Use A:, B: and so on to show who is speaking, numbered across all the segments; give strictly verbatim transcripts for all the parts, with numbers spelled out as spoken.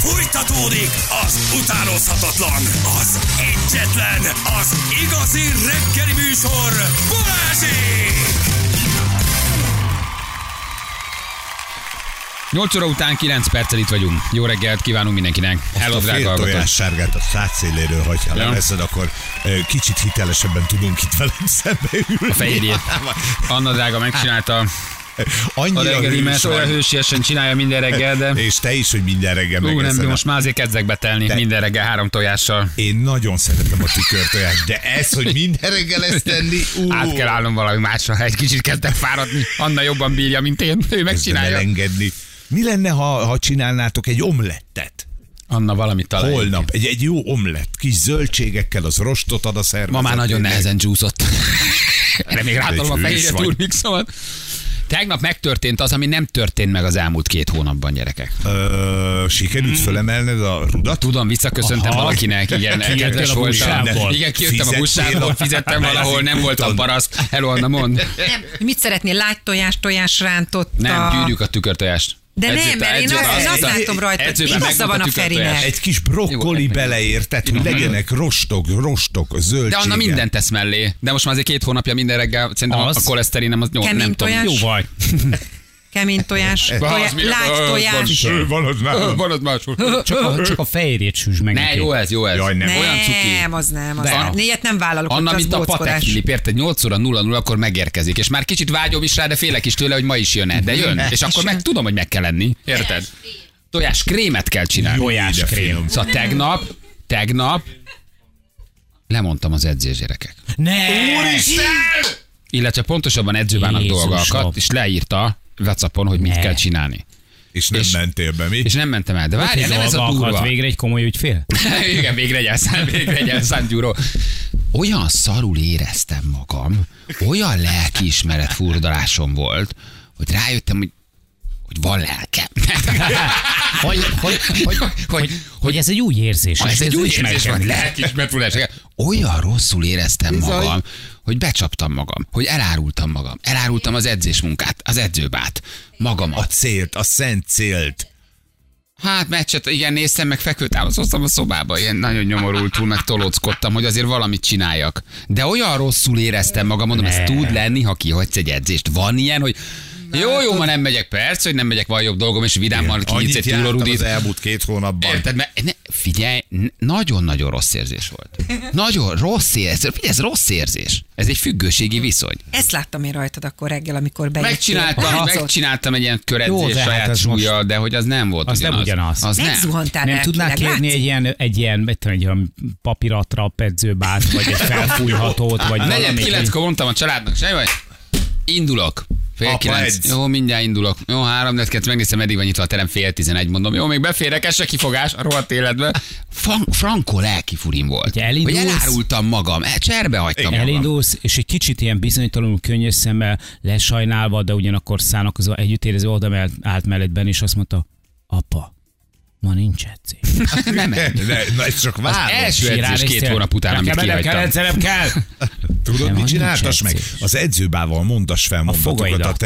A: Fújtatódik az utánozhatatlan, az egyetlen, az igazi reggeli műsor, Balázsék!
B: nyolc óra után kilenc perccel itt vagyunk. Jó reggelt kívánunk mindenkinek. Hello, drága hallgatók.
C: Tojás sárgát a szátszéléről, hogyha ja. leveszed, akkor kicsit hitelesebben tudunk itt velem szembe ülni.
B: A fehérjét. Anna drága megcsinálta
C: annyira
B: a reggelimet, olyan hősiesen csinálja minden reggel, de...
C: És te is, hogy minden reggel megeszed.
B: Nem, most már azért kezdek betelni te... minden reggel három tojással.
C: Én nagyon szeretem a tükörtojást, de ez, hogy minden reggel ezt tenni... Uh.
B: Át kell állnom valami másra, egy kicsit kezdek fáradni. Anna jobban bírja, mint én. Ő megcsinálja.
C: Elengedni. Mi lenne, ha, ha csinálnátok egy omlettet?
B: Anna valamit talál.
C: Holnap egy, egy jó omlett, kis zöldségekkel, az rostot ad a szervezetnek.
B: Ma már nagyon nehezen csúszott. Erre még rátolom a fehérje turmixomat. Tegnap megtörtént az, ami nem történt meg az elmúlt két hónapban, gyerekek.
C: Ö, sikerült fölemelned a rudat?
B: Tudom, visszaköszöntem Aha. valakinek, igen, kedves voltam. Igen, kijöttem a buszából, fizettem valahol, nem voltam paraszt. Hello, Anna, mondd.
D: Nem, mit szeretnél? Lágy tojás, tojás rántott?
B: Nem, gyűrjük a tükörtojást.
D: De edzőben, nem, mert én azt, én azt látom rajta, hogy igaza van a Ferinek.
C: Egy kis brokkoli beleérted, hogy legyenek rostok, rostok, zöldségek.
B: De Anna mindent tesz mellé. De most már azért két hónapja minden reggel, szerintem az? a koleszterinem az nyolc, nem tudom.
D: Jó vagy. Kemény tojás, lágy tojás.
C: Van az máshol.
B: Van az máshol.
E: Csak a fehérjét süss meg.
B: Ne, jó ez, jó ez.
C: Jaj, nem.
B: Olyan cuki.
D: Nem, az nem. Az nem. Ilyet nem vállalok.
B: Anna, mint a Patek Filip, érted? nyolc óra nulla nulla, akkor megérkezik. És már kicsit vágyom is rá, de félek is tőle, hogy ma is jön-e. De jön. És akkor meg tudom, hogy meg kell lenni. Érted? Tojás krémet kell csinálni.
E: Tojás krém.
B: Szóval tegnap, tegnap lemondtam az edzés, gyerekek.
E: Ne!
C: Úristen!
B: Illetve pontosabban edzőbának dolgokat, és leírta WhatsAppon, hogy mit ne. kell csinálni.
C: És nem és, mentél be, mi?
B: És nem mentem el, de várjál, nem ez a durva.
E: Végre egy komoly ügyfél?
B: Igen, végre egy elszánt, végre egy elszánt gyúró. Olyan szarul éreztem magam, olyan lelkiismeret furdalásom volt, hogy rájöttem, hogy hogy van lelkem.
E: hogy, hogy, hogy, hogy, hogy ez egy új érzés.
B: Ez, ez egy új érzés van, lelkiismeret furdalásom. Olyan rosszul éreztem magam, hogy becsaptam magam, hogy elárultam magam. Elárultam az edzésmunkát, az edzőbát, magamat.
C: A célt, a szent célt.
B: Hát meccset, igen, néztem, meg fekvőtámasztottam a szobába, ilyen nagyon nyomorultul, meg tolóckodtam, hogy azért valamit csináljak. De olyan rosszul éreztem magam, mondom, ez tud lenni, ha kihagysz egy edzést. Van ilyen, hogy jó, jó, ma nem megyek, persze, hogy nem megyek, van jobb dolgom, és vidámmal kinyitsz egy túlorudit.
C: Az elmúlt két hónapban.
B: Érted, mert ne, figyelj, nagyon-nagyon rossz érzés volt. Nagyon rossz érzés, figyelj, ez rossz érzés. Ez egy függőségi viszony.
D: Ezt láttam én rajtad akkor reggel, amikor bejöttél.
B: Megcsináltam, megcsináltam egy ilyen köredzés saját súlya, de hogy az nem volt
E: az
B: ugyanaz.
E: Nem ugyanaz.
B: Az nem.
D: Megzuhantál
E: nem tudnál kérni egy ilyen, egy ilyen, egy ilyen papíratra pedzőbát, vagy egy felfújhatót, vagy valami.
B: negyven kilenckor mondtam a családnak, semmi vagy, indulok. Fél kilenc. Jó, mindjárt indulok. Jó, három, négy, megnézem, meddig van nyitva a terem, fél tizenegy, mondom. Jó, még beférek, ez se kifogás a rohadt életbe. Frankó lelki furim volt. Hogy elárultam magam, cserbe hagytam magam.
E: Elindulsz, és egy kicsit ilyen bizonytalanul könnyes szemmel lesajnálva, de ugyanakkor szánakozva együtt érező oda állt mellettben, és azt mondta, apa, ma nincs edzés.
B: Nem, nem.
C: Na, ez csak válasz.
B: Az első edzés két hónap után, amit kihagytam.
E: Nem kell, nem kell.
C: Tudod, mit csináltas meg? Az edzőbával mondass fel mondatokat a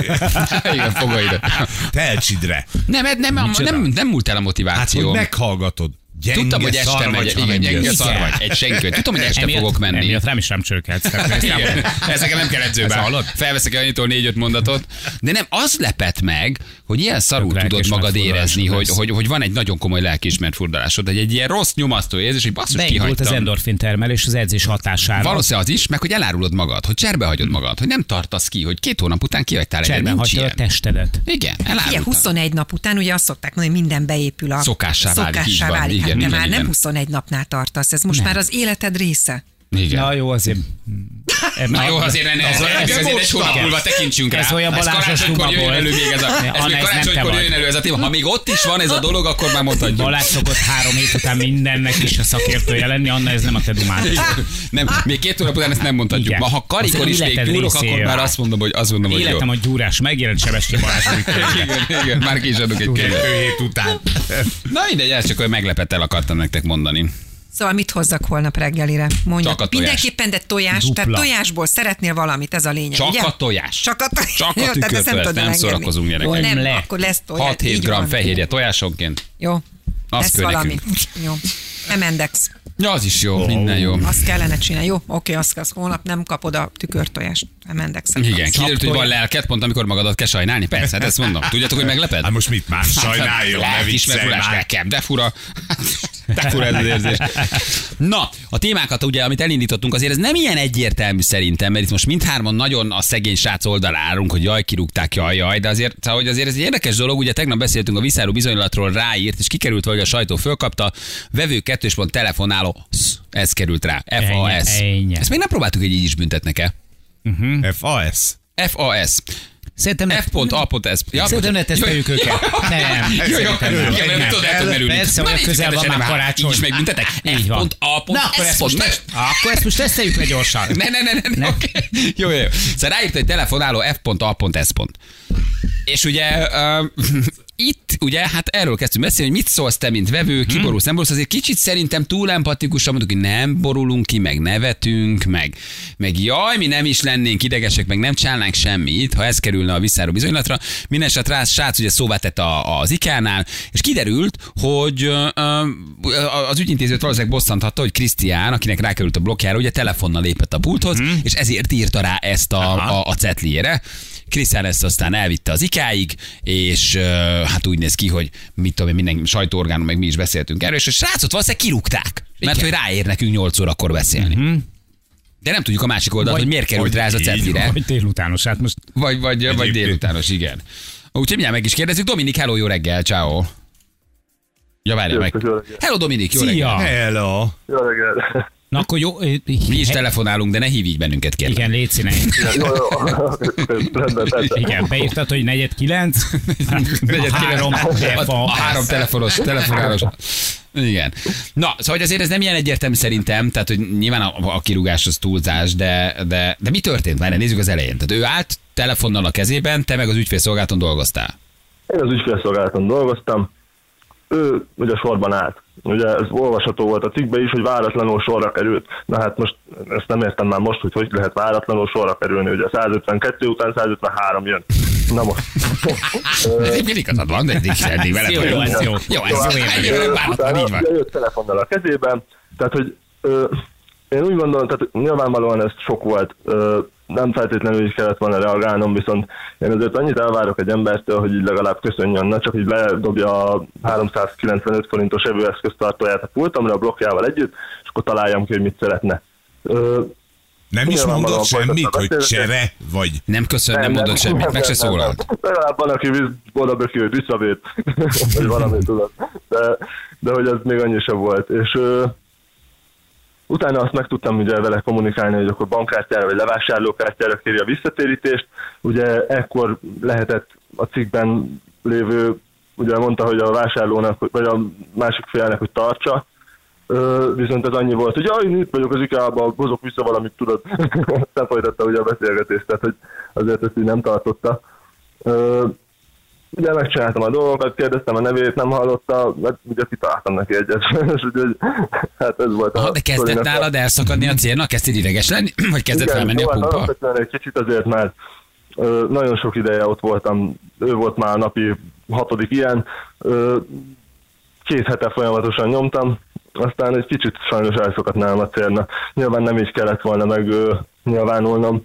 C: telcsidre.
B: Nem, nem, nem, nem múlt el a motiváció.
C: Hát, hogy meghallgatod. Gyenge
B: Tudtam, hogy este megy, igen, gyenge szar vagy, egy senkő. Tudtam, hogy este
E: emiatt,
B: fogok menni.
E: Emiatt rám is nem csörkedsz.
B: Ezeket nem kell edzőbe. Felveszek annyitól négy-öt mondatot. De nem, az lepett meg, hogy ilyen szarul tudod magad érezni, hogy, hogy, hogy van egy nagyon komoly lelkiismert furdalásod, egy, egy ilyen rossz nyomasztó érzés, hogy basszus kihagytam.
E: Beindult az endorfin termelés az edzés hatására.
B: Valószínűleg az is, meg hogy elárulod magad, hogy cserbe hagyod magad, hogy nem tartasz ki, hogy két hónap után kihagytál egy
E: cserben hagytad a testedet.
B: Igen, elárultam.
D: huszonegy nap után ugye azt szokták mondani, hogy minden beépül a
B: szokássá válik.
D: Igen, hát te már nem huszonegy napnál tartasz, ez most nem. Már az életed része.
B: Igen.
E: Na jó, azért...
B: Na jó, azért ne, ez, ez, ez egy hónap múlva tekintsünk rá.
E: Ez olyan Balázsos
B: duma volt. Ez még karácsonykor jön elő ez a téma. Ha még ott is van ez a dolog, akkor már mondhatjuk.
E: Balázs szokott három év után mindennek is a szakértője lenni, Anna, ez nem a te dumád.
B: Nem, még két hónap után ezt nem mondhatjuk. Ma ha karikor is még gyúrok, akkor már azt mondom, hogy azt mondom, hogy jó.
E: Életem a gyúrás, megjelent Sebestyén Balázs.
B: Igen, igen, már ki is adok egy
C: kettő hét után.
B: Na mindegy, ez csak olyan meglepettel akartam nektek mondani.
D: Szóval mit hozzak holnap reggelire? Mondja.
B: Csak a tojás.
D: Mindenképpen, de tojás.
E: Dupla.
D: Tehát tojásból szeretnél valamit, ez a lényeg.
B: Csak
D: ugye?
B: a tojás.
D: Csak a tojás.
B: Csak a tükörtojás, nem, nem szórakozunk gyerekek.
D: Nem,
E: le.
D: akkor lesz tojás.
B: hat-hét gram fehérje tojásonként.
D: Jó.
B: Az
D: lesz
B: kell
D: valami.
B: nekünk.
D: Jó. M-Index.
B: Ja, az is jó, minden jó.
D: Azt kellene csinálni. Jó, oké, azt az holnap nem kapod a tükörtojást. M-Indexet.
B: Igen, kiderült, hogy van lelked, pont amikor magadat kell sajnálni. Persze, hát ezt mondom. Tudjátok, hogy megleped?
C: Hát most mit már sajnáljon, ne
B: Lehet
C: viccelj
B: ismerfulás
C: már.
B: nekem, de fura. De fura ez az érzés. Na, a témákat ugye, amit elindítottunk, azért ez nem ilyen egyértelmű szerintem, mert itt most mindhárman nagyon a szegény srác oldalán állunk, hogy jaj, kirúgták, jaj, jaj, de azért, szóval, hogy azért ez egy érdekes dolog, ugye tegnap beszéltünk a visszáró bizonylatról, ráírt, és kikerült, hogy a sajtó fölkapta, vevő kettős pont telefonáló, ez került rá, F A S.
E: Ennyi.
B: Ezt még nem próbáltuk, hogy így is büntetnek-e?
C: F A S.
B: F A S.
E: Szerintem ne,
B: F.A.S. Ja,
E: Szerintem ne teszteljük őket. Nem.
B: Jó, jó,
E: Szerintem nem.
B: igen, mert tudod, el tud merülni.
E: Persze, olyan közel van már karácsony.
B: Így is megbüntetek?
E: Így van.
B: F.A.
E: Na, akkor ezt most,
B: most
E: akkor ezt most teszteljük le gyorsan.
B: Ne, ne, ne, ne, ne. Okay. Jó, jó, jó. Szóval ráírta egy telefonáló F.A.S. És ugye uh, itt ugye, hát erről kezdtünk beszélni, hogy mit szólsz te, mint vevő, kiborulsz, nem borulsz, azért kicsit szerintem túl empatikusan mondjuk, hogy nem borulunk ki, meg nevetünk, meg, meg jaj, mi nem is lennénk idegesek, meg nem csinálnánk semmit, ha ez kerülne a visszáró bizonylatra. Mindenesetre rá srác ugye szóvá tett a, az ikánál, és kiderült, hogy uh, az ügyintézőt valószínűleg bosszanthatta, hogy Krisztián, akinek rákerült a blokkjára, ugye telefonnal lépett a pulthoz, hmm. és ezért írta rá ezt a, a, a cetliére. Krisztián ezt aztán elvitte az ikáig, és uh, hát úgy néz ki, hogy mit tudom én, minden sajtóorgánon, meg mi is beszéltünk erről, és a srácot valószínűleg kirúgták, mert igen, hogy ráér nekünk nyolc órakor beszélni. Uh-huh. De nem tudjuk a másik oldalt, vagy, hogy miért került rá ez a cetlire.
E: Vagy délutános, hát most...
B: Vagy, vagy, vagy délutános, igen. Úgyhogy mindjárt meg is kérdezzük. Dominik, hello, jó reggel, ciao. Ja, várjál meg. Hello, Dominik, jó
E: Szia.
B: reggel.
C: Hello.
F: Jó reggel.
E: Na akkor jó...
B: Mi is telefonálunk, de ne hívj így bennünket, kérlek.
E: Igen, légy színe.
F: Jó, jó. Rendben, persze.
E: Igen, beírtad, hogy negyed kilenc.
B: Negyed
E: három,
B: kilenc. A, a három telefonos, telefonálós. Igen. Na, szóval hogy azért ez nem ilyen egyértelmű szerintem, tehát hogy nyilván a, a kirúgás az túlzás, de, de, de mi történt? Várjál, nézzük az elején. Tehát ő állt telefonnal a kezében, te meg az ügyfélszolgálaton dolgoztál.
F: Én az ügyfélszolgálaton dolgoztam, ő ugye sorban állt. Ugye ez olvasható volt a cikkben is, hogy váratlanul sorra került. Na hát most ezt nem értem már most, hogy hogy lehet váratlanul sorra kerülni. Ugye százötvenkettő után százötvenhárom jön. Na most.
B: Ez egy igazad van, de eddig veled
E: Jó, jó, ez jó.
B: Jó, ez jó, ennyire váratlan, így van.
F: Jött telefonnal a kezében, tehát hogy ö, én úgy gondolom, tehát nyilvánvalóan ez sok volt, ö, nem feltétlenül is kellett volna reagálnom, viszont én azért annyit elvárok egy embertől, hogy így legalább köszönjön, ne csak így ledobja a háromszázkilencvenöt forintos evőeszköztartóját a pultomra a blokkjával együtt, és akkor találjam ki, hogy mit szeretne. Ö,
C: nem is mondott semmit, hogy csere, vagy...
B: Nem köszön, nem mondott semmit, meg se szólalt.
F: Legalább van, aki oda böki, hogy visszavét, vagy valami tudod. De, de hogy ez még annyi sem volt. És ö, utána azt meg tudtam ugye vele kommunikálni, hogy akkor bankkártyára vagy levásárlókártyára kéri a visszatérítést. Ugye ekkor lehetett a cikkben lévő, ugye mondta, hogy a vásárlónak, vagy a másik félnek, hogy tartsa. Ö, viszont ez annyi volt, hogy jaj, én itt vagyok az ikában, hozok vissza valamit, tudod. Nem folytatta ugye a beszélgetést, tehát hogy azért ezt így nem tartotta. Ö, ugye megcsináltam a dolgokat, kérdeztem a nevét, nem hallotta, mert ugye kitaláltam neki egyet. És ugye, hát ez volt a...
B: Ha, de kezdett nálad elszakadni a célnak? Kezdtél ideges lenni? Vagy kezdett
F: igen,
B: felmenni a pumpa?
F: Igen, egy kicsit azért, mert ö, nagyon sok ideje ott voltam, ő volt már a napi hatodik ilyen, ö, két hete folyamatosan nyomtam, aztán egy kicsit sajnos elszakadt nálam a célna. Nyilván nem is kellett volna meg ö, nyilvánulnom.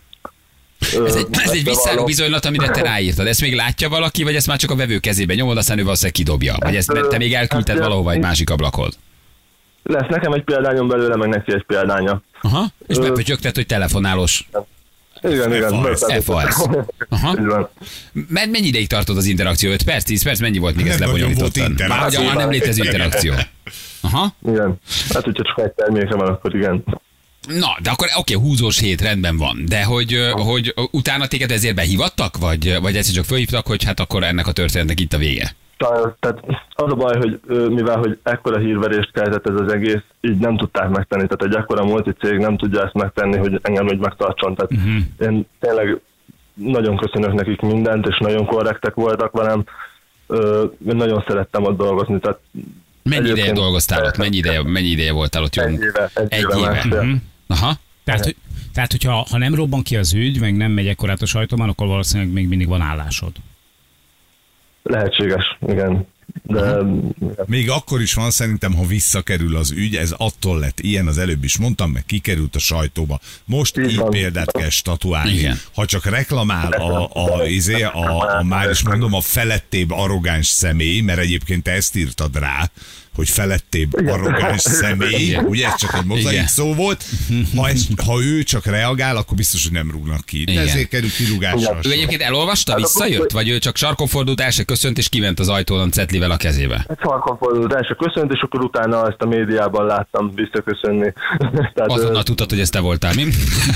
B: Ez egy, ez egy visszáró bizonylat, amire te ráírtad. Ezt még látja valaki, vagy ezt már csak a vevő kezébe nyomod, aztán ő valószínűleg kidobja? Vagy ezt te még elküldted valahova egy másik ablakhoz?
F: Lesz nekem egy példányom belőle, meg neki egy példánya.
B: Aha, és bepötyögted, hogy telefonálós.
F: Igen, igen.
B: F A S. Aha. Mennyi ideig tartott az interakció? öt perc, tíz perc? Mennyi volt, még ezt lebonyolítottan? Már nem létező interakció. Aha.
F: Igen. Hát, hogyha csak egy terméke van, akkor igen.
B: Na, de akkor oké, okay, húzós hét rendben van, de hogy, hogy utána téged ezért behívattak, vagy, vagy egyszer csak fölhívtak, hogy hát akkor ennek a történetnek itt a vége?
F: Tehát az a baj, hogy mivel hogy ekkora hírverést keltett ez az egész, így nem tudták megtenni. Tehát egy ekkora multicég nem tudja ezt megtenni, hogy engem úgy megtartson. Tehát uh-huh. én tényleg nagyon köszönök nekik mindent, és nagyon korrektek voltak velem. Én nagyon szerettem ott dolgozni. Tehát
B: mennyi ideje dolgoztál ott? Mennyi ideje, mennyi ideje voltál ott?
F: Egy éve. Egy,
B: egy
F: éve.
B: éve.
E: Uh-huh.
B: Aha.
E: Tehát, hogy, tehát hogyha ha nem robban ki az ügy, meg nem megy ekkorát a sajtóban, akkor valószínűleg még mindig van állásod.
F: Lehetséges, igen. De
C: Még akkor is van szerintem, ha visszakerül az ügy, ez attól lett ilyen, az előbb is mondtam, meg kikerült a sajtóba. Most
F: Így
C: így
F: van.
C: példát kell statuálni.
B: Igen.
C: Ha csak reklamál a, a, izé, a, a, már is mondom, a felettébb arrogáns személy, mert egyébként te ezt írtad rá, hogy felettébb arrogáns személy, ugye ez csak egy mozaik
B: Igen.
C: szó volt. Ha, ez, ha ő csak reagál, akkor biztos, hogy nem rúgnak ki. De
B: Igen.
C: ezért kerül kirúgásra.
B: Ő egyébként elolvasta, visszajött, vagy ő csak sarkon fordult, el se köszönt, és kiment az ajtón cetlivel a kezébe?
F: egy sarkon fordult el, és köszönt, és akkor utána ezt a médiában láttam visszaköszönni. Tehát,
B: Azonnal
F: ö,
B: tudtad, hogy ez te voltál, mi?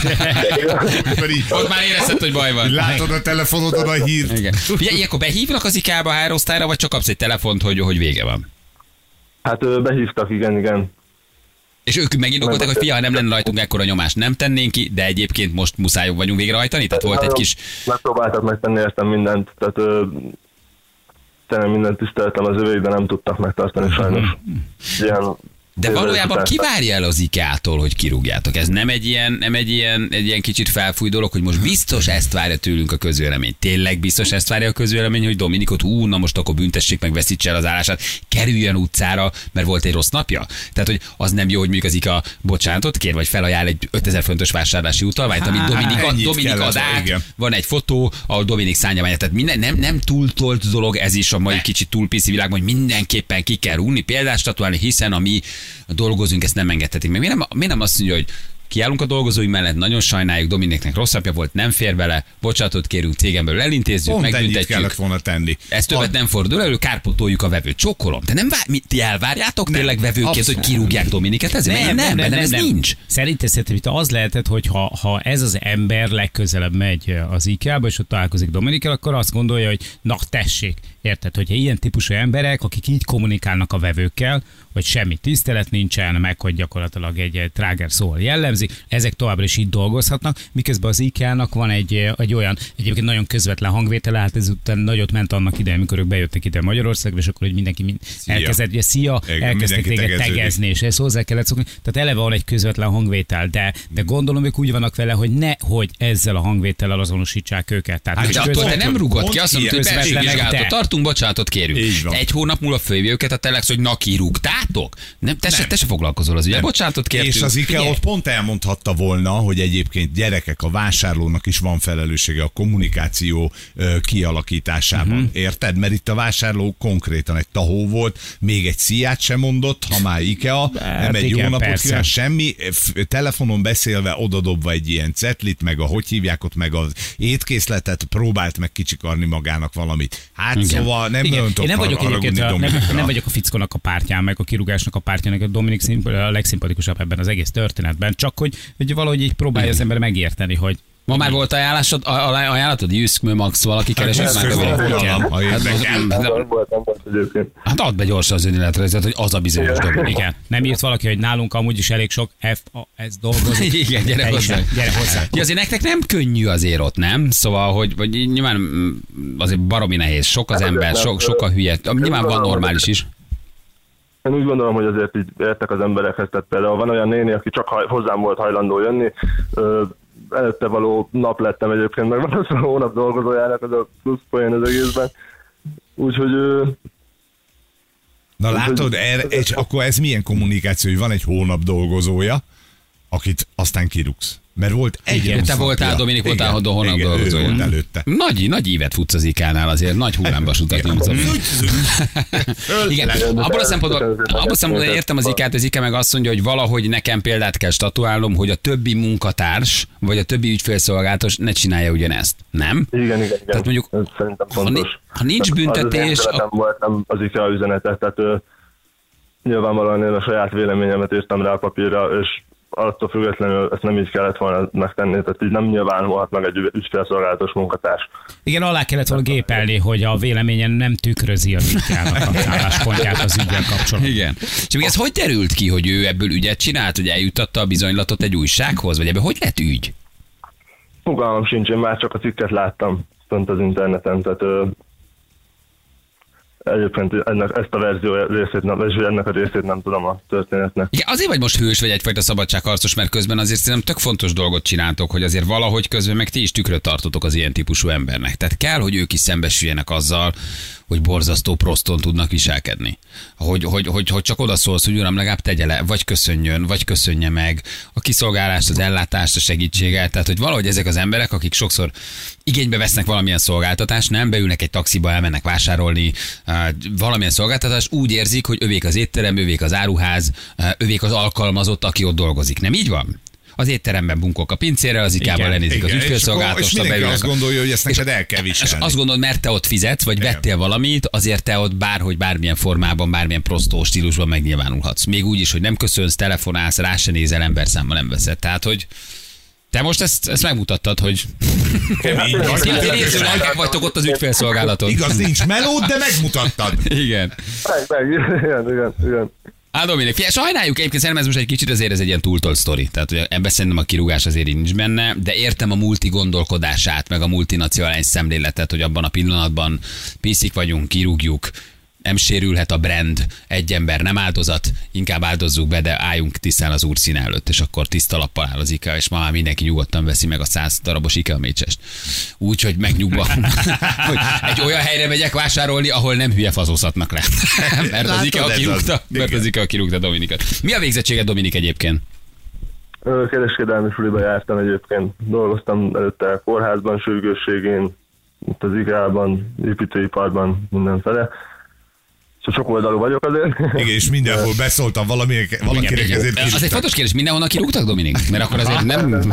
C: Akkor így-
B: Ott már érezted, hogy baj van.
C: Látod a telefonodon a hírt.
B: Igen. Ugye, ilyenkor behívnak az ikába, há er osztályra, vagy csak kapsz egy telefont, hogy, hogy vége van?
F: hát ö, behívtak, igen, igen.
B: És ők megindokolták, hogy fia, ha nem lenne rajtunk ekkora nyomást, nem tennénk ki, de egyébként most muszáj vagyunk végrehajtani? Tehát volt egy kis...
F: Megpróbáltak megtenni értem mindent, tehát ö, tényleg mindent tiszteltem az övék, de nem tudtak megtartani sajnos. Ilyen,
B: De valójában ki várja el az ikától, hogy kirúgjátok? Ez nem egy ilyen, nem egy ilyen, egy ilyen kicsit felfúj dolog, hogy most biztos ezt várja tőlünk a közvélemény. Tényleg biztos ezt várja a közvélemény, hogy Dominikot, ú, na most akkor büntessék meg, veszítse el az állását, kerüljön utcára, mert volt egy rossz napja? Tehát, hogy az nem jó, hogy mondjuk az ika bocsánatot kér, vagy felajánl egy ötezer fontos vásárlási utalványt, amit Dominik,
C: ennyit
B: Dominik
C: kellett,
B: ad át,
C: igen.
B: van egy fotó, ahol Dominik szánja meg. Tehát minden, nem, nem túltolt dolog ez is a mai kicsit túl piszi világban, hogy mindenképpen ki kell rúgni, példát statuálni, hiszen a mi dolgozóink ezt nem engedhetik meg. Miért nem, miért nem azt mondja, hogy kiállunk a dolgozóink mellett, nagyon sajnáljuk, Dominiknek rossz napja volt, nem fér bele, bocsánatot kérünk, cégen belül elintézzük,
C: Pont ennyit
B: megbüntetjük.
C: kellett volna tenni.
B: Ez többet nem fordul elő, kárpótoljuk a vevőt. Csókolom. De nem vár, mi, ti elvárjátok
C: Nem,
B: tényleg vevőként,
C: abszolút.
B: hogy kirúgják Dominiket? Ez nem, nem, nem, nem, nem, ez nincs.
E: Szerintem, szerintem itt az lehetett, hogy ha, ha ez az ember legközelebb megy az IKEA-ba, és ott találkozik Dominikkel, akkor azt gondolja, hogy na tessék, érted, hogyha ilyen típusú emberek, akik így kommunikálnak a vevőkkel, hogy semmi tisztelet nincsen, meg hogy gyakorlatilag egy tráger szóval jellemzi, ezek továbbra is így dolgozhatnak, miközben az IKEA-nak van egy, egy olyan, egyébként nagyon közvetlen hangvétele, hát ezután nagyot ment annak idején, amikor ők bejöttek ide Magyarországra, és akkor hogy mindenki mind elkezdett, ugye szia,
C: Igen,
E: elkezdtek
C: mindenki
E: téged
C: tegeződik.
E: tegezni, és ezt hozzá kellett szokni. Tehát eleve van egy közvetlen hangvétel, de, de gondolom, ők úgy vannak vele, hogy ne, hogy ezzel a hangvétellel azonosítsák őket. Tehát,
C: Hát
E: hogy
B: De attól te
E: közvetlen-
B: nem rúgod ki,
C: Pont
B: azt mondod, hogy
C: ilyen.
B: belső
E: Közvetlenek
B: vizsgálatot
E: te.
B: tartunk, bocsánatot kérünk.
C: Így van.
B: Egy hónap múlva fölhívja őket a telex, hogy na kirúgtátok? Nem, te, Se, te se foglalkozol az ugye, bocsánatot kértünk.
C: És az IKEA
B: Figyelj.
C: ott pont elmondhatta volna, hogy egyébként gyerekek, a vásárlónak is van felelőssége a kommunikáció ö, kialakításában. Uh-huh. Érted? Mert itt a vásárló konkrétan egy tahó volt, még egy sziát sem mondott, ha már IKEA,
E: Hát
C: nem egy
E: igen,
C: jó napot
E: persze.
C: kíván, semmi, f- telefonon beszélve odadobva egy ilyen cetlit, meg a hogy hívják ott, meg az étkészletet, próbált meg kicsikarni magának valamit. Hát
B: Igen.
C: szóval nem
E: Igen.
C: nagyon
E: Én nem vagyok
C: tudok
E: egyébként,
C: haragudni
E: a, nem,
C: Dominikra.
E: nem vagyok a fickónak a pártján, meg a kirúgásnak a pártjának, a Dominik szimp- a legszimpatikusabb ebben az egész történetben, csak hogy, hogy valahogy így próbálja az ember megérteni, hogy
B: Ma már volt ajánlásod, a- a- ajánlatod, Jüszkmő Max, valaki keresett
C: Ez
B: már.
C: közben
B: Dominik?
C: voltam, ha
B: Hát,
C: érdekel.
B: az-
F: Nem volt, nem volt egyébként.
B: Hát add be gyorsan az önéletrajzot, hogy az a bizonyos Dominik.
E: igen, nem írt valaki, hogy nálunk amúgy is elég sok F A S dolgozik.
B: Igen, gyere
E: Te is,
B: hozzá.
E: Gyere hozzá.
B: Ja, azért nektek nem könnyű azért ott, nem? Szóval, hogy vagy nyilván mm, azért baromi nehéz, sok az
F: Hát
B: ember,
F: azért
B: sok,
F: nem,
B: sok a hülye. Nyilván van
F: gondolom,
B: normális is.
F: Én úgy gondolom, hogy azért így értek az emberekhez, tehát például van olyan néni, aki csak haj, hozzám volt hajlandó jönni, ö, előtte való nap lettem egyébként, meg van az a hónap dolgozójának, az a plusz poén az egészben. Úgyhogy ö,
C: Na látod, er, és akkor ez milyen kommunikáció, hogy van egy hónap dolgozója, akit aztán kirúgsz. Mert volt egy
E: Igen,
C: rossz
B: te voltál,
C: napja.
B: Dominik, voltál
C: Igen,
B: hodó hónap
C: igen, ő
B: dolgozója.
C: volt előtte.
B: Nagy, nagy ívet futsz az ikánál azért, nagy hullámvasutat nyomsz. Igen, abból a szempontból, abból a szempontból értem az ikát, az ika meg azt mondja, hogy valahogy nekem példát kell statuálnom, hogy a többi munkatárs, vagy a többi ügyfélszolgálatos ne csinálja ugyanezt. Nem?
F: igen, igen, igen.
B: Tehát mondjuk,
F: ez szerintem
B: ha ni-
F: fontos.
B: ha nincs
F: Tehát
B: büntetés,
F: Az az én üzenetem
B: ak-
F: volt, nem az IKEA üzenete, tehát ö, nyilvánvalóan én a saját véleményemet írtam rá a papírra, és attól függetlenül ezt nem így kellett volna megtenni, tehát így nem nyilvánulhat meg egy ügy- ügyfélszolgálatos munkatárs.
E: Igen, alá kellett volna gépelni, hogy a véleményen nem tükrözi az IKEA-nak az álláspontját az ügyel kapcsolatban.
B: Igen. És még ez hogy derült ki, hogy ő ebből ügyet csinált, hogy eljutatta a bizonylatot egy újsághoz, vagy ebből hogy lett ügy?
F: Fogalmam sincs, én már csak a cikket láttam fönt az interneten, tehát ö, egyébként ennek, ezt a verzió részét, nem, és ennek a részét nem tudom a történetnek.
B: Igen, azért vagy most hős, vagy egyfajta szabadságharcos, mert közben azért szerintem tök fontos dolgot csináltok, hogy azért valahogy közben meg ti is tükröt tartotok az ilyen típusú embernek. Tehát kell, hogy ők is szembesüljenek azzal, hogy borzasztó proston tudnak viselkedni. Hogy, hogy, hogy, hogy csak odaszólsz, hogy uram, legalább tegye le, vagy köszönjön, vagy köszönje meg a kiszolgálást, az ellátást, a segítséget. Tehát, hogy valahogy ezek az emberek, akik sokszor igénybe vesznek valamilyen szolgáltatást, nem beülnek egy taxiba, elmennek vásárolni valamilyen szolgáltatást, úgy érzik, hogy övék az étterem, övék az áruház, övék az alkalmazott, aki ott dolgozik. Nem így van? Az étteremben bunkok a pincére, az ikában lenézik az ügyfélszolgáltatót.
C: És mindenki azt gondolja, hogy ezt neked el kell viselni.
B: És azt gondolod, mert te ott fizetsz, vagy vettél valamit, azért te ott bárhogy, bármilyen formában, bármilyen prostó stílusban megnyilvánulhatsz. Még úgy is, hogy nem köszönsz, telefonálsz, rá se nézel, emberszámmal nem veszed. Tehát, hogy te most ezt, ezt megmutattad, hogy lelkek vagytok ott az ügyfélszolgálaton.
C: Igaz, nincs melód, de megmutattad.
B: Igen.
F: Meg, meg, igen, igen, igen.
B: Á, Dominik, figyelj, sajnáljuk egyébként, szerintem ez most egy kicsit azért ez egy ilyen túltolt sztori. Tehát hogy ebben szerintem a kirúgás azért így nincs benne, de értem a multi gondolkodását, meg a multinacionális szemléletet, hogy abban a pillanatban piszik vagyunk, kirúgjuk, nem sérülhet a brand, egy ember nem áldozat, inkább áldozzuk be, de álljunk tisztán az úr színe előtt, és akkor tiszta lappal áll az IKEA, és ma már mindenki nyugodtan veszi meg a száz darabos IKEA mécsest. Úgy, hogy megnyugva, hogy egy olyan helyre megyek vásárolni, ahol nem hülye fazózatnak le. Mert az IKEA kirúgta, mert az IKEA kirúgta Dominikat. Mi a végzettséged, Dominik, egyébként?
F: Kereskedelmi suliba jártam egyébként. Dolgoztam előtte kórházban, sürgősségén, itt az IKEA-ban, építőiparban, mindenfele. Csak oldalú vagyok azért.
C: Igen, és mindenhol beszóltam valami, valakinek
B: igen,
C: ezért
B: igen. Az egy fontos kérdés, mindenhonnan kirúgtak, Dominik? Mert akkor azért nem...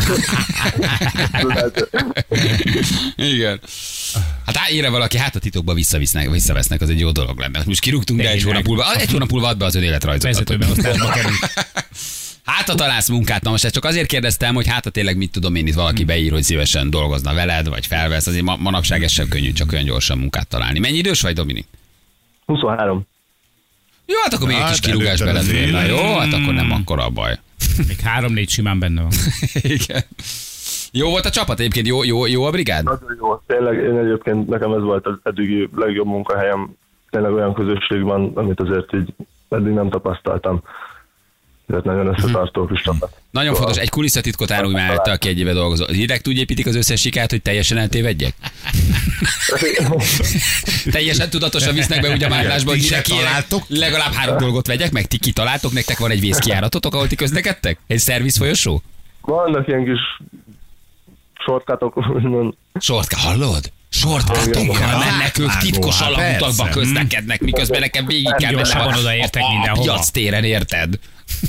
B: Igen. Hát írja valaki, hát a titokba visszavisznek, visszavesznek, az egy jó dolog lenne. Most kirúgtunk, de egy hónap múlva, egy hónap múlva add be az ön életrajzokat.
E: Vezetőben osztályba kerül.
B: Hát, ha találsz munkát, na most ezt csak azért kérdeztem, hogy hát, ha tényleg mit tudom én, itt valaki beír, hogy szívesen dolgozna veled, vagy felvesz, azért ma, manapság ez sem könnyű, csak olyan gyorsan munkát találni. Mennyi idős vagy, Dominik?
F: huszonhárom.
B: Jó, hát akkor még egy kis kirúgás beled. Na jó, hát akkor nem akkora a baj.
E: Még három-négy simán benne van.
B: Igen. Jó volt a csapat egyébként, jó, jó, jó a brigád?
F: Nagyon jó. Tényleg én egyébként nekem ez volt az eddigi legjobb munkahelyem. Tényleg olyan közösség van, amit azért így eddig nem tapasztaltam. Tehát nagyon összetartó kis csapat.
B: Nagyon
F: Szóval-
B: fontos, egy kulisszatitkot árulj már te, aki egy éve dolgozol. Direkt úgy építik az összes sikát, hogy teljesen eltévedjek? Teljesen tudatosan visznek be úgy a máglásba, hogy
C: Ti se
B: neki
C: találtok?
B: legalább három dolgot vegyek, meg ti kitaláltok, nektek van egy vészkijáratotok, ahol ti közlekedtek? Egy szerviz folyosó?
F: Vannak ilyen kis shortcutok, úgymond.
B: Sortka, hallod? Sortkatokkal mennek ők, titkos
C: Hát
B: alakutakba
C: persze.
B: közlekednek, miközben nekem végig kell
E: Gyorsabban
B: mennem a,
E: odaértek
B: a, a
E: mindenhova.
B: piac téren, érted?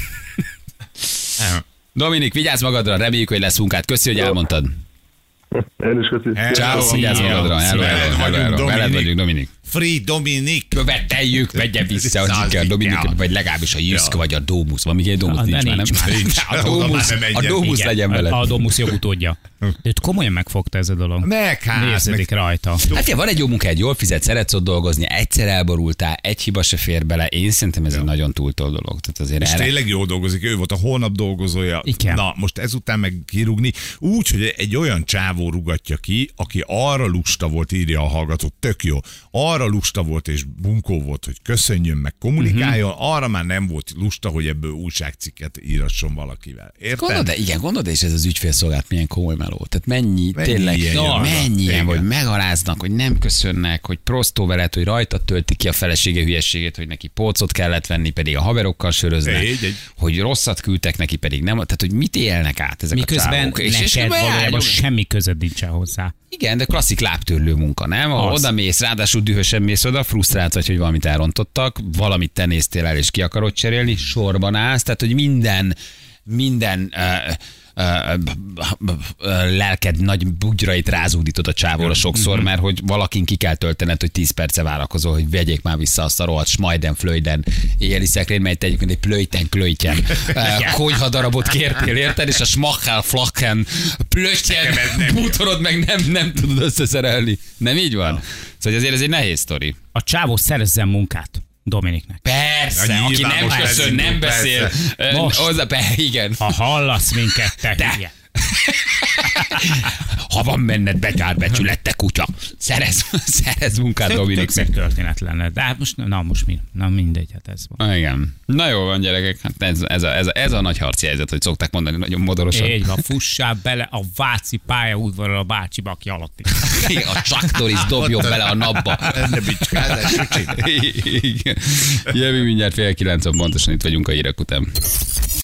B: Dominik, vigyázz magadra, reméljük, hogy lesz munkád. Köszi, hogy elmondtad.
F: Én is köszi.
B: Ciao, vigyázz magadra. Hello, hello, hello, hello. Veled vagyunk, Dominik.
C: Free Dominik.
B: Követeljük, vegye vissza, hogy
C: Az
B: kell Dominik,
C: kell.
B: vagy legalábbis a Jüszk,
C: Ja.
B: vagy a Dómusz. Van még egy Dómusz,
E: Ah,
B: nincs
E: de
B: már, nem?
E: nincs
C: Nincs.
B: A
C: Oda már
B: Dómusz,
C: nem
B: a
C: egyen.
B: Dómusz
E: Igen,
B: legyen veled.
E: a Domusz jogutódja. De őt komolyan megfogta ez a dolog.
C: Meg hát.
E: Néződik
C: meg-
E: rajta.
B: Hát ja, van egy jó munkád, jól fizet, szeretsz ott dolgozni, egyszer elborultál, egy hiba se fér bele. Én szerintem ez egy nagyon túltól dolog. Tehát azért
C: És
B: erre...
C: tényleg jól dolgozik, ő volt a holnap dolgozója.
E: Igen.
C: Na, most ezután meg kirúgni. Úgy, hogy egy olyan csávó rugatja ki, aki arra lusta volt, írja a hallgató, tök jó, arra lusta volt és bunkó volt, hogy köszönjön meg, kommunikáljon, uh-huh. arra már nem volt lusta, hogy ebből újságcikket írasson valakivel. Érted?
B: Gondolod, de igen, gondolod, és ez az ügyfélszolgálat milyen komoly meló. Tehát mennyi,
C: Mennyi
B: tényleg,
C: ilyen
B: no,
C: jön?
B: mennyien,
C: Igen.
B: hogy megaláznak, hogy nem köszönnek, hogy prostó veled, hogy rajta tölti ki a felesége hülyeségét, hogy neki polcot kellett venni, pedig a haverokkal söröznek,
C: Így, így.
B: hogy rosszat küldtek neki, pedig nem. Tehát, hogy mit élnek át ezek a
E: Miközben
B: csávók. És, és
E: neked valójában
B: beálljon.
E: semmi közöd nincsen hozzá.
B: Igen, de klasszik lábtörlő munka, nem? Ha
E: Az.
B: oda mész, ráadásul dühösen mész oda, frusztrált vagy, hogy valamit elrontottak, valamit te néztél el, és ki akarod cserélni, sorban állsz, tehát, hogy minden, minden uh, uh, uh, lelked nagy bugyrait rázúdítod a csávóra sokszor, mert hogy valakin ki kell töltened, hogy tíz perce várakozol, hogy vegyék már vissza azt a rohadt smajden, flöjden, éjjeli szekrény, melyet egyébként egy plöjten, klöjtjen uh, konyha darabot kértél, érted? És a smachel, flaken, plöjtjen, bútorod meg nem, nem tudod összeszerelni. Nem így van? Szóval azért ez egy nehéz sztori.
E: A csávó szerezzen munkát Dominiknek.
B: Persze,
C: Ja,
B: aki
C: nyilván
B: nem
C: most
B: köszön,
C: beszélünk,
B: nem beszél.
C: persze.
B: ö,
E: Most.
B: Hozzá, be, igen.
E: Ha hallasz minket, te
B: De.
E: hülye.
B: Ha van benned betyárbecsület, te kutya. Szerez, szerez munkát, Dominik.
E: Tök történet lenne. De hát most, na most mi? Na mindegy, hát ez van.
B: Igen. Na jó van, gyerekek. Hát ez, ez, a, ez, a, ez a nagy harci helyzet, hogy szokták mondani nagyon modorosan.
E: Így van, fussál bele a Váci pályaudvarra a bácsi baki alatt.
B: A traktoriz dobjon bele a napba.
C: Enne bicskázás,
B: Igen. Jövő mindjárt fél kilenc, pontosan itt vagyunk a hírek után.